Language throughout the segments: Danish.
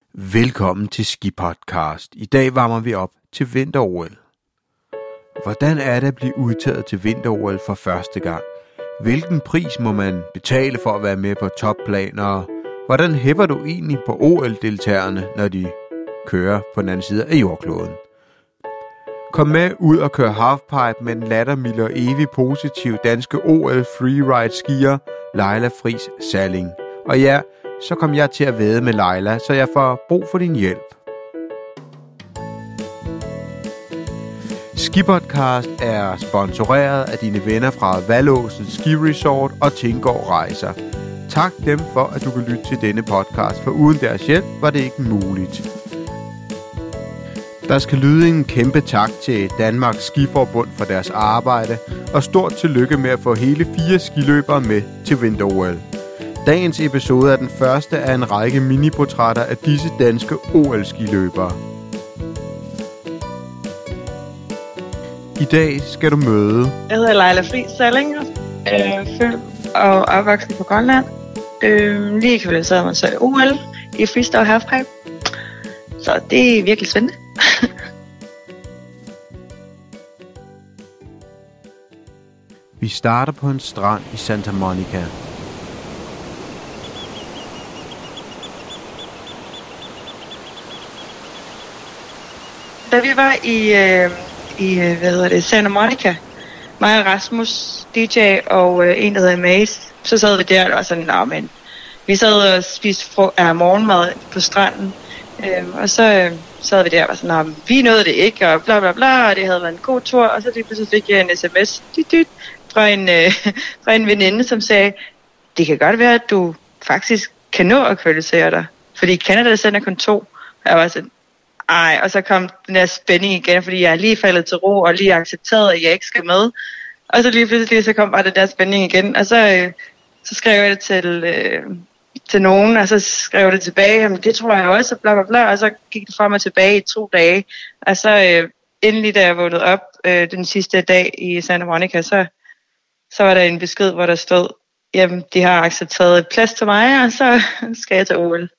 Velkommen til Skipodcast. I dag varmer vi op til vinter-OL. Hvordan er det at blive udtaget til vinter-OL for første gang? Hvilken pris må man betale for at være med på topplan? Og hvordan hæpper du egentlig på OL-deltagerne, når de kører på den anden side af jordkloden? Kom med ud og kør halfpipe med den lattermilde og evig positiv danske OL freeride skier Laila Friis Salling. Og ja, så kom jeg til at vædde med Laila, så jeg får brug for din hjælp. Skipodcast er sponsoreret af dine venner fra Vallåsen Ski Resort og Tinggaard Rejser. Tak dem for, at du kan lytte til denne podcast, for uden deres hjælp var det ikke muligt. Der skal lyde en kæmpe tak til Danmarks Skiforbund for deres arbejde, og stort tillykke med at få hele 4 skiløbere med til vinter-OL. Dagens episode er den første af en række miniportrætter af disse danske OL-skiløbere. I dag skal du møde... Jeg hedder Laila Friis Salling, født og opvokset på Grønland. Lige kvalificeret mig til OL i freestyle halfpipe. Så det er virkelig spændende. Vi starter på en strand i Santa Monica. Da vi var i Santa Monica, mig og Rasmus, DJ og en, der hedder Mace, så sad vi der og var sådan, men vi sad og spiste morgenmad på stranden, og så sad vi der og var sådan, vi nåede det ikke, og bla bla bla, og det havde været en god tur, og så pludselig fik jeg en sms fra en veninde, som sagde, det kan godt være, at du faktisk kan nå at kvalificere dig, fordi Canada sender kun 2, og jeg var sådan, og så kom den der spænding igen, fordi jeg er lige faldet til ro og lige accepteret, at jeg ikke skal med. Og så lige pludselig, så kom bare den der spænding igen. Og så skrev jeg det til nogen, og så skrev jeg det tilbage, jamen det tror jeg også, og bla bla bla. Og så gik det frem og tilbage i 2 dage. Og så endelig, da jeg vågnede op den sidste dag i Santa Monica, så var der en besked, hvor der stod, jamen de har accepteret et plads til mig, og så skal jeg til OL.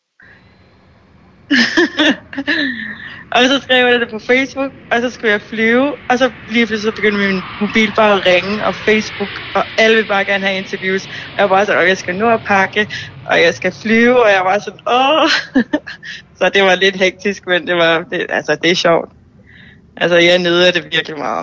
Og så skrev jeg det på Facebook, og så skulle jeg flyve, og så lige pludselig begyndte min mobil bare at ringe, og Facebook, og alle vil bare gerne have interviews. Og jeg var bare sådan, jeg skal nå at pakke, og jeg skal flyve, og jeg var sådan, Så det var lidt hektisk, men det er sjovt. Altså, jeg nyder det virkelig meget.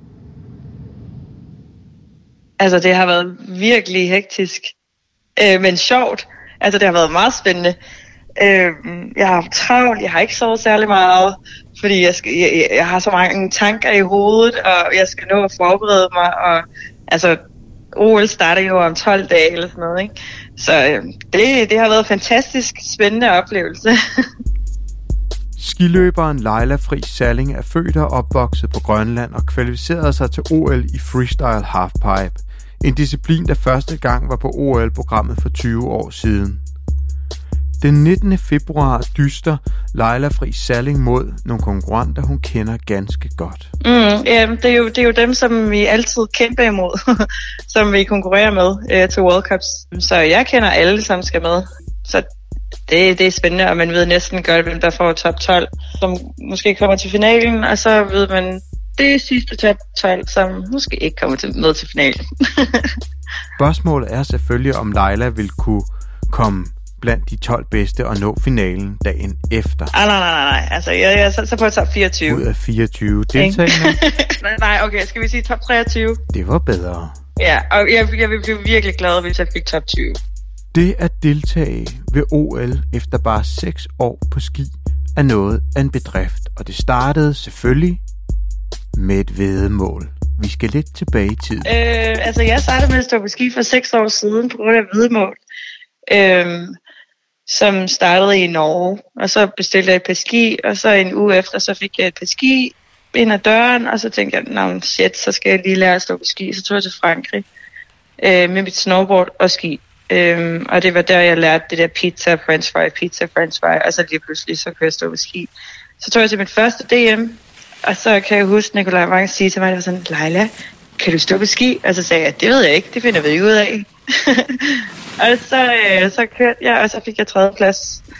Altså, det har været virkelig hektisk, men sjovt. Altså, det har været meget spændende. Jeg har haft travlt, jeg har ikke sovet særlig meget, fordi jeg har så mange tanker i hovedet, og jeg skal nå at forberede mig, og altså OL starter jo om 12 dage eller sådan noget, ikke? Så det har været en fantastisk spændende oplevelse. Skiløberen Laila Friis Salling er født og opvokset på Grønland og kvalificerede sig til OL i freestyle halfpipe, en disciplin, der første gang var på OL-programmet for 20 år siden. Den 19. februar dyster Laila Friis Salling mod nogle konkurrenter, hun kender ganske godt. Det er jo dem, som vi altid kæmper imod, som vi konkurrerer med til World Cups. Så jeg kender alle, som skal med. Så det er spændende, og man ved næsten godt, hvem der får top 12, som måske kommer til finalen, og så ved man det sidste top 12, som måske ikke kommer med til finalen. Spørgsmålet er selvfølgelig, om Laila vil kunne komme blandt de 12 bedste og nå finalen dagen efter. Nej. Altså, jeg er så på top 24. Ud af 24 deltagere. Nej, okay, skal vi sige top 23? Det var bedre. Ja, og jeg vil blive virkelig glad, hvis jeg fik top 20. Det at deltage ved OL efter bare 6 år på ski er noget af en bedrift, og det startede selvfølgelig med et væddemål. Vi skal lidt tilbage i tiden. Jeg startede med at stå på ski for 6 år siden på grund af væddemål. Som startede i Norge, og så bestilte jeg et par ski, og så en uge efter, så fik jeg et par ski ind ad døren, og så tænkte jeg, så skal jeg lige lære at stå på ski. Så tog jeg til Frankrig med mit snowboard og ski, og det var der, jeg lærte det der pizza, french fry, og så lige pludselig, så kunne jeg stå på ski. Så tog jeg til mit første DM, og så kan jeg huske, Nikolaj Wang sige til mig, det var sådan, Laila, kan du stå på ski? Og så sagde jeg, det ved jeg ikke, det finder vi ikke ud af. Og så kørte jeg, og så fik jeg 3. plads.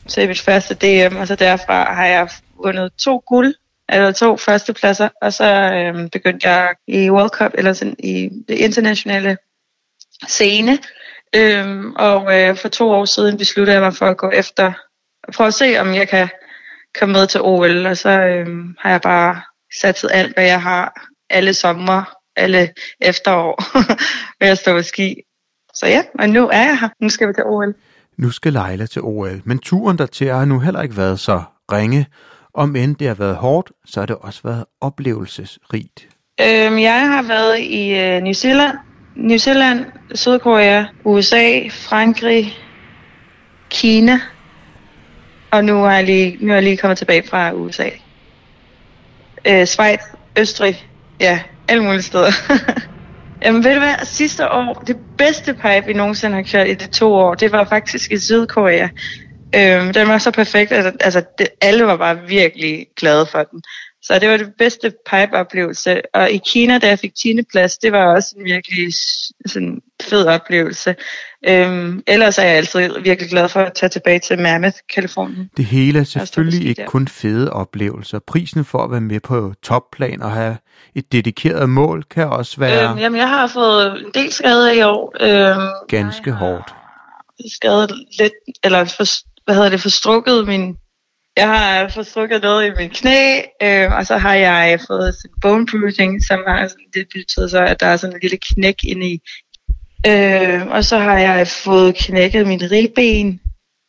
til mit første DM, og så derfra har jeg vundet 2 guld, eller 2 førstepladser, og så begyndte jeg i World Cup, eller sådan i det internationale scene, og for 2 år siden besluttede jeg mig for at gå efter, prøve at se, om jeg kan komme med til OL, og så har jeg bare satset alt, hvad jeg har, alle sommer, alle efterår, ved at stå på ski. Så ja, og nu er jeg her. Nu skal vi til OL. Nu skal Laila til OL, men turen dertil har nu heller ikke været så ringe. Om end det har været hårdt, så har det også været oplevelsesrigt. Jeg har været i New Zealand, Sydkorea, USA, Frankrig, Kina, og nu er jeg lige kommet tilbage fra USA. Schweiz, Østrig, ja, alle mulige steder. Jamen ved du hvad, sidste år, det bedste pipe, vi nogensinde har kørt i de 2 år, det var faktisk i Sydkorea. Den var så perfekt, alle var bare virkelig glade for den. Så det var det bedste pipe-oplevelse. Og i Kina, da jeg fik 10. plads, det var også en virkelig sådan, fed oplevelse. Ellers er jeg altid virkelig glad for at tage tilbage til Mammoth, Californien. Det hele er selvfølgelig ikke kun fede oplevelser. Prisen for at være med på topplan og have et dedikeret mål kan også være... Jamen, jeg har fået en del skader i år. Ganske hårdt. Skadet lidt, eller forstrukket min... Jeg har forstrukket noget i min knæ, og så har jeg fået sådan bone bruising, som har, det betyder så, at der er sådan en lille knæk inde i. Og så har jeg fået knækket mit ribben,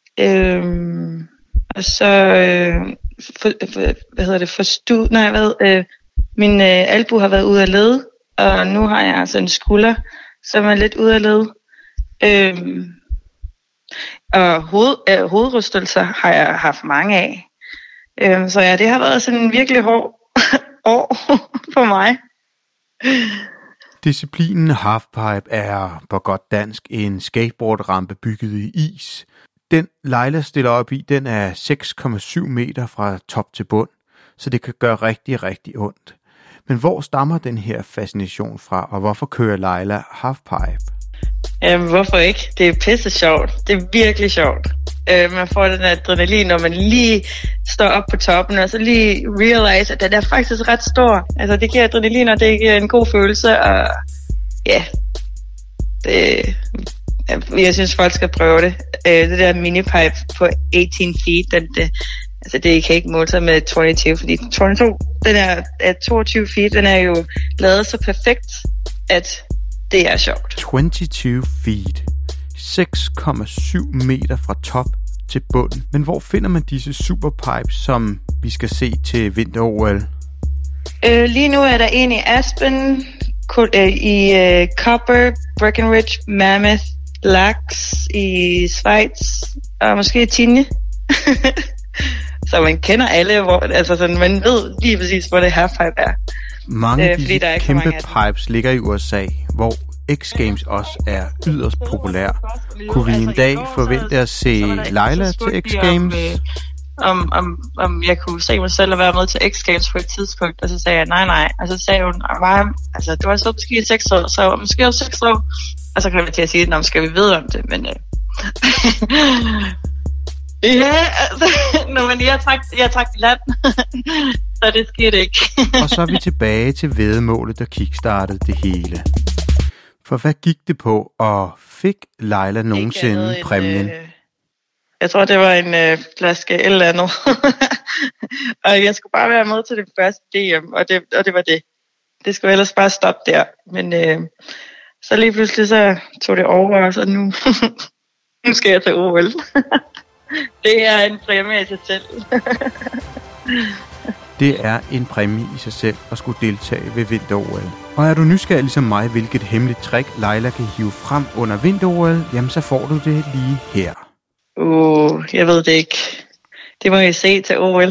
og så min albu har været ude af led, og nu har jeg altså en skulder, som er lidt ude af led. Og hovedrystelser har jeg haft mange af. Så ja, det har været sådan en virkelig hård år for mig. Disciplinen halfpipe er på godt dansk en skateboardrampe bygget i is. Den Laila stiller op i, den er 6,7 meter fra top til bund, så det kan gøre rigtig, rigtig ondt. Men hvor stammer den her fascination fra, og hvorfor kører Laila halfpipe? Jamen, hvorfor ikke? Det er pisse sjovt. Det er virkelig sjovt. Man får den adrenalin, når man lige står op på toppen, og så lige realize, at den er faktisk ret stor. Altså, det giver adrenalin, og det giver en god følelse, og ja, jeg synes, folk skal prøve det. Det der minipipe på 18 feet, det kan ikke måle sig med 22, fordi 22, den er 22 feet, den er jo lavet så perfekt, at det er sjovt. 22 feet. 6,7 meter fra top til bunden. Men hvor finder man disse superpipes, som vi skal se til vinter-OL? Lige nu er der en i Aspen, i Copper, Breckenridge, Mammoth, Lax i Schweiz, og måske Tignes. Så man kender alle, man ved lige præcis, hvor det her pipe er. Mange af disse kæmpe pipes ligger i USA, hvor X-Games også er yderst populær. Kunne vi en dag forvente at se Laila til X-Games? Om jeg kunne se mig selv at være med til X-Games på et tidspunkt, og så sagde jeg nej. Og så sagde hun, du har så måske 6 år, så måske om 6 år. Og så kom jeg til at sige, skal vi vide om det, men... Ja, men jeg trak land, så det skete ikke. Og så er vi tilbage til væddemålet, der kickstartede det hele. For hvad gik det på, og fik Laila nogensinde præmien? Jeg tror, det var en flaske et eller andet. Og jeg skulle bare være med til det første DM, og det var det. Det skulle ellers bare stoppe der. Men så lige pludselig så tog det over, og så nu skal jeg til OL. Det er en præmie i sig selv. Det er en præmie i sig selv at skulle deltage ved vinter-OL. Og er du nysgerrig ligesom mig, hvilket hemmeligt trick Laila kan hive frem under vinter-OL, jamen så får du det lige her. Jeg ved det ikke. Det må I se til OL.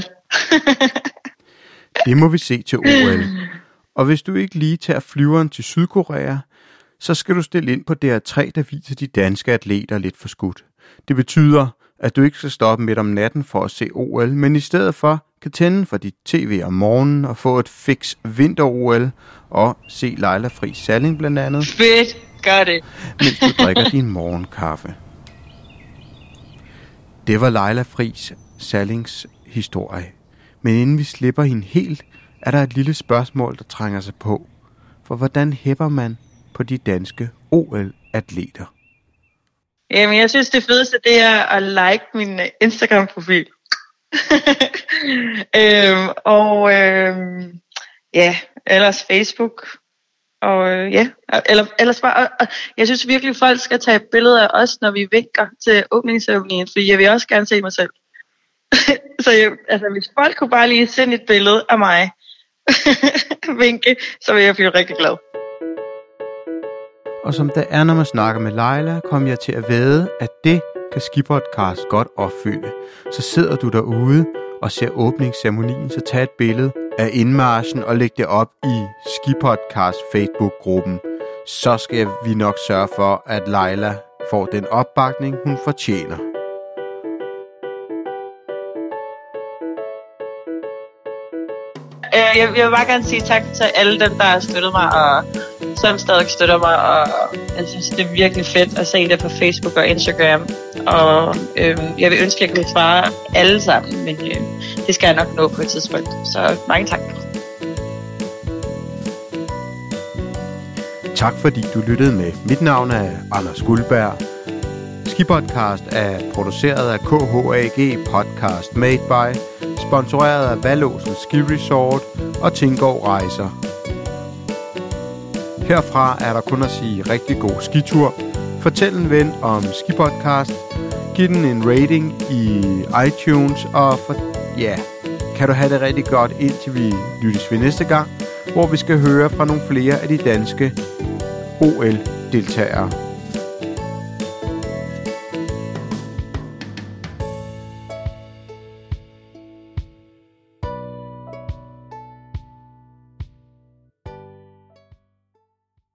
Det må vi se til OL. Og hvis du ikke lige tager flyveren til Sydkorea, så skal du stille ind på DR3, der viser de danske atleter lidt for skudt. Det betyder, at du ikke skal stoppe midt om natten for at se OL, men i stedet for kan tænde for dit tv om morgenen og få et fix vinter-OL og se Laila Friis Salling blandt andet. Fedt, gør det. Mens du drikker din morgenkaffe. Det var Laila Friis Sallings historie. Men inden vi slipper hende helt, er der et lille spørgsmål, der trænger sig på. For hvordan hæpper man på de danske OL-atleter? Jamen, jeg synes, det fedeste, det er at like min Instagram-profil. Ellers Facebook. Ellers bare, jeg synes virkelig, folk skal tage billeder af os, når vi vinker til åbningsceremonien, fordi jeg vil også gerne se mig selv. Så hvis folk kunne bare lige sende et billede af mig, vinke, så vil jeg blive rigtig glad. Og som det er, når man snakker med Laila, kom jeg til at vædde, at det kan Skipodcast godt opfylde. Så sidder du derude og ser åbningsceremonien, så tag et billede af indmarchen og læg det op i Skipodcast Facebook-gruppen. Så skal vi nok sørge for, at Laila får den opbakning, hun fortjener. Jeg vil bare gerne sige tak til alle dem, der har støttet mig, og som stadig støtter mig, og jeg synes, det er virkelig fedt at se det på Facebook og Instagram, og jeg vil ønske, at jeg kunne svare alle sammen, men det skal jeg nok nå på et tidspunkt, så mange tak. Tak fordi du lyttede med. Mit navn er Anders Guldberg. Skipodcast er produceret af KHAG Podcast Made by, sponsoreret af Vallåsen Ski Resort og Tinggaard Rejser. Herfra er der kun at sige rigtig god skitur. Fortæl en ven om Skipodcast. Giv den en rating i iTunes. Og kan du have det rigtig godt, indtil vi lyttes ved næste gang, hvor vi skal høre fra nogle flere af de danske OL-deltagere.